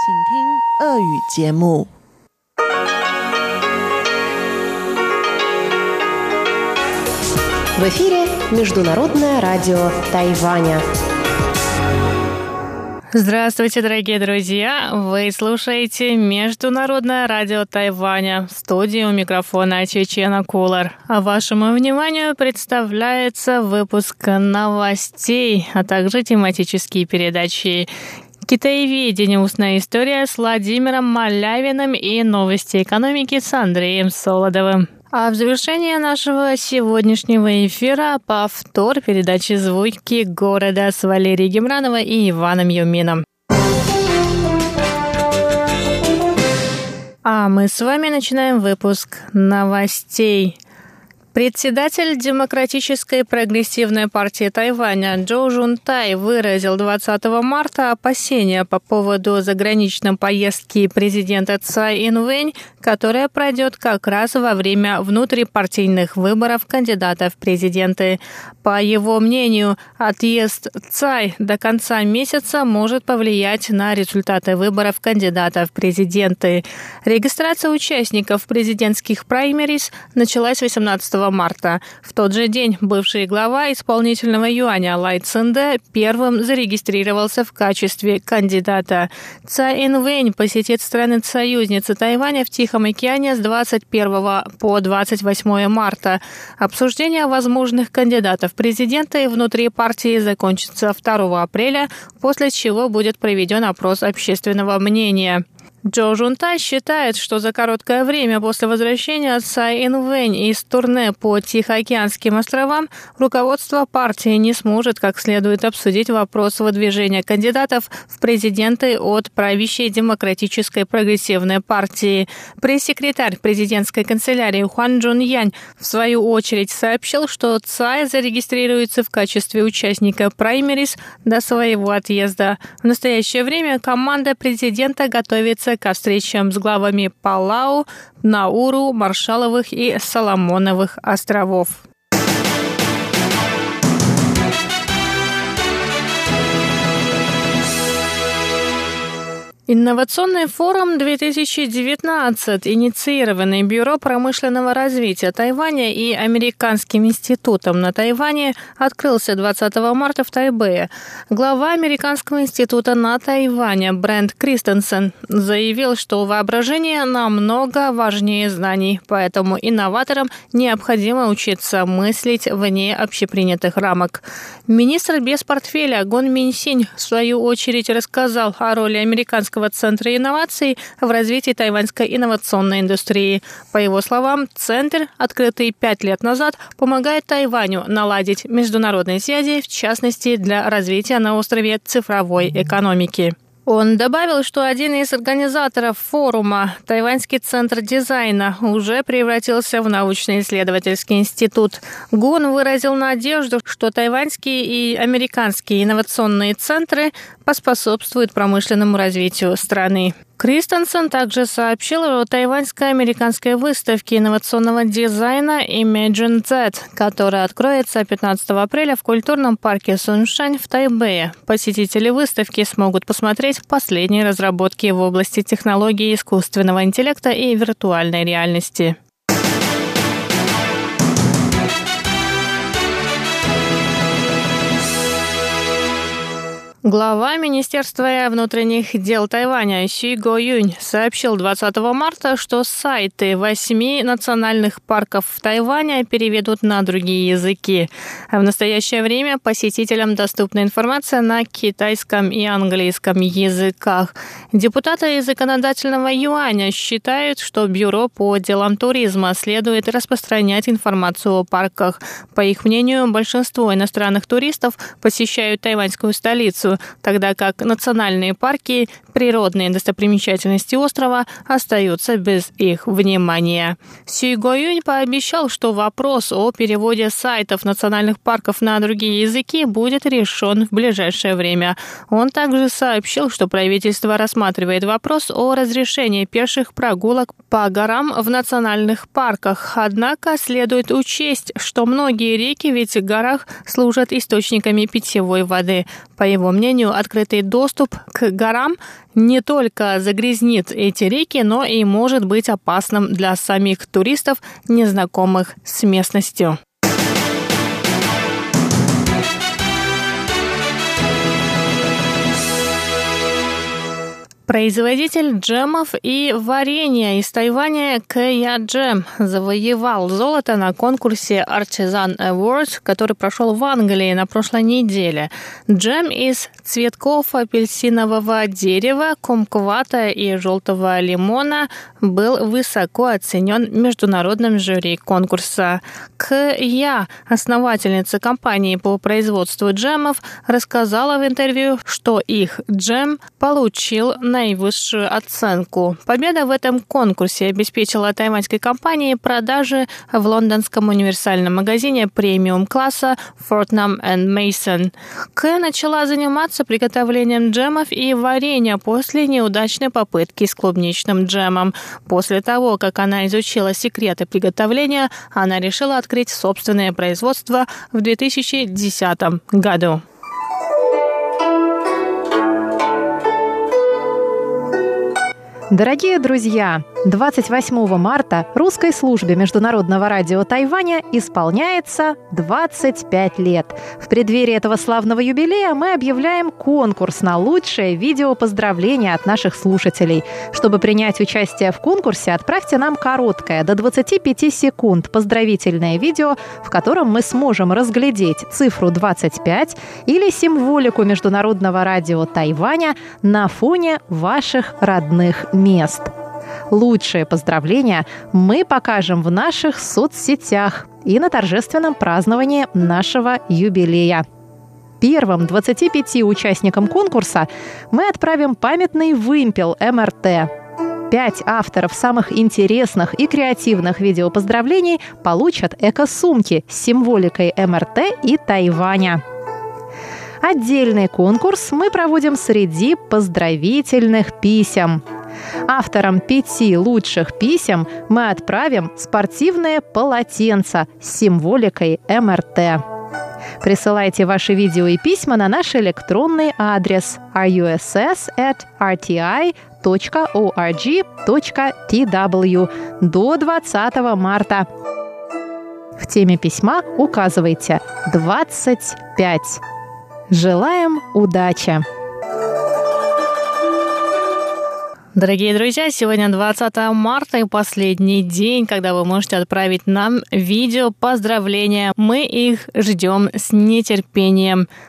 В эфире Международное радио Тайваня. Здравствуйте, дорогие друзья! Вы слушаете Международное радио Тайваня. В студии у микрофона Чечена Кулар. А вашему вниманию представляется выпуск новостей, а также тематические передачи «Китаеведение. Устная история» с Владимиром Малявиным и «Новости экономики» с Андреем Солодовым. А в завершение нашего сегодняшнего эфира повтор передачи «Звуки города» с Валерией Гемрановой и Иваном Юмином. А мы с вами начинаем выпуск новостей. Председатель Демократической прогрессивной партии Тайваня Чжоу Жунтай выразил 20 марта опасения по поводу заграничной поездки президента Цай Инвэнь, которая пройдет как раз во время внутрипартийных выборов кандидатов в президенты. По его мнению, отъезд Цай до конца месяца может повлиять на результаты выборов кандидатов в президенты. Регистрация участников президентских праймериз началась 18 марта. В тот же день бывший глава исполнительного юаня Лай Цинде первым зарегистрировался в качестве кандидата. Цай Инвэнь посетит страны-союзницы Тайваня в Тихом океане с 21 по 28 марта. Обсуждение возможных кандидатов в президенты внутри партии закончится 2 апреля, после чего будет проведен опрос общественного мнения. Чжоу Жунтай считает, что за короткое время после возвращения Цай Инвэнь из турне по Тихоокеанским островам руководство партии не сможет как следует обсудить вопрос выдвижения кандидатов в президенты от правящей Демократической прогрессивной партии. Пресс-секретарь президентской канцелярии Хуан Чжун Янь в свою очередь сообщил, что Цай зарегистрируется в качестве участника праймериз до своего отъезда. В настоящее время команда президента готовится ко встречам с главами Палау, Науру, Маршалловых и Соломоновых островов. Инновационный форум 2019, инициированный Бюро промышленного развития Тайваня и Американским институтом на Тайване, открылся 20 марта в Тайбэе. Глава Американского института на Тайване Брент Кристенсен заявил, что воображение намного важнее знаний, поэтому инноваторам необходимо учиться мыслить вне общепринятых рамок. Министр без портфеля Гон Минсинь в свою очередь рассказал о роли Американского центра инноваций в развитии тайваньской инновационной индустрии. По его словам, центр, открытый 5 лет назад, помогает Тайваню наладить международные связи, в частности, для развития на острове цифровой экономики. Он добавил, что один из организаторов форума, Тайваньский центр дизайна, уже превратился в научно-исследовательский институт. Гун выразил надежду, что тайваньские и американские инновационные центры поспособствуют промышленному развитию страны. Кристенсен также сообщил о тайваньско-американской выставке инновационного дизайна Imagine Z, которая откроется 15 апреля в культурном парке Суншань в Тайбэе. Посетители выставки смогут посмотреть последние разработки в области технологий искусственного интеллекта и виртуальной реальности. Глава Министерства внутренних дел Тайваня Си Го Юнь сообщил 20 марта, что сайты 8 национальных парков в Тайване переведут на другие языки. В настоящее время посетителям доступна информация на китайском и английском языках. Депутаты законодательного юаня считают, что Бюро по делам туризма следует распространять информацию о парках. По их мнению, большинство иностранных туристов посещают тайваньскую столицу, тогда как национальные парки, природные достопримечательности острова остаются без их внимания. Си Го Юнь пообещал, что вопрос о переводе сайтов национальных парков на другие языки будет решен в ближайшее время. Он также сообщил, что правительство рассматривает вопрос о разрешении пеших прогулок по горам в национальных парках. Однако следует учесть, что многие реки в этих горах служат источниками питьевой воды. По его мнению, открытый доступ к горам не только загрязнит эти реки, но и может быть опасным для самих туристов, незнакомых с местностью. Производитель джемов и варенья из Тайваня Кэя Джем завоевал золото на конкурсе Artisan Awards, который прошел в Англии на прошлой неделе. Джем из цветков апельсинового дерева, кумквата и желтого лимона был высоко оценен международным жюри конкурса. Кэя, основательница компании по производству джемов, рассказала в интервью, что их джем получил наивысшую оценку. Победа в этом конкурсе обеспечила тайваньской компании продажи в лондонском универсальном магазине премиум-класса Fortnum & Mason. Кэ начала заниматься приготовлением джемов и варенья после неудачной попытки с клубничным джемом. После того, как она изучила секреты приготовления, она решила открыть собственное производство в 2010 году. Дорогие друзья, 28 марта русской службе Международного радио Тайваня исполняется 25 лет. В преддверии этого славного юбилея мы объявляем конкурс на лучшее видео поздравления от наших слушателей. Чтобы принять участие в конкурсе, отправьте нам короткое, до 25 секунд, поздравительное видео, в котором мы сможем разглядеть цифру 25 или символику Международного радио Тайваня на фоне ваших родных мест. Лучшие поздравления мы покажем в наших соцсетях и на торжественном праздновании нашего юбилея. Первым 25 участникам конкурса мы отправим памятный вымпел МРТ. 5 авторов самых интересных и креативных видеопоздравлений получат эко-сумки с символикой МРТ и Тайваня. Отдельный конкурс мы проводим среди поздравительных писем. Авторам 5 лучших писем мы отправим спортивные полотенца с символикой МРТ. Присылайте ваши видео и письма на наш электронный адрес russ@rti.org.tw до 20 марта. В теме письма указывайте 25. Желаем удачи! Дорогие друзья, сегодня 20 марта и последний день, когда вы можете отправить нам видео поздравления. Мы их ждем с нетерпением.